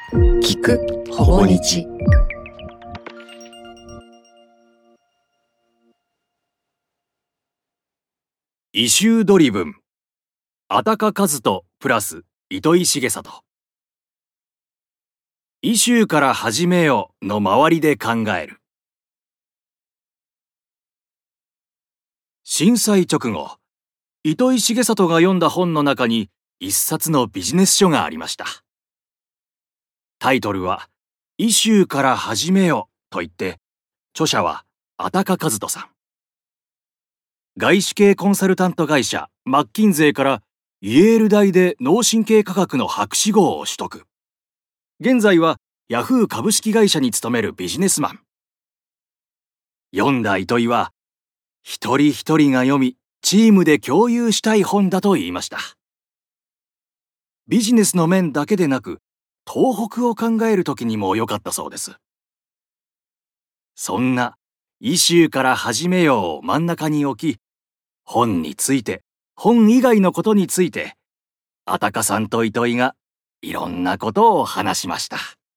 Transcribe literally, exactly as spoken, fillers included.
聞くほぼ日。 異臭ドリブン、あたか和人プラス糸井重里。異臭から始めよの周りで考える。震災直後、糸井重里が読んだ本の中に一冊のビジネス書がありました。タイトルは異臭から始めよと言って、著者はあたか和人さん。外資系コンサルタント会社マッキンゼーからイェール大で脳神経科学の博士号を取得。現在はヤフー株式会社に勤めるビジネスマン。読んだ糸井は、一人一人が読み、チームで共有したい本だと言いました。ビジネスの面だけでなく、東北を考えるときにも良かったそうです。そんな、異臭から始めようを真ん中に置き、本について、本以外のことについて、あたかさんと糸井がいろんなことを話しました。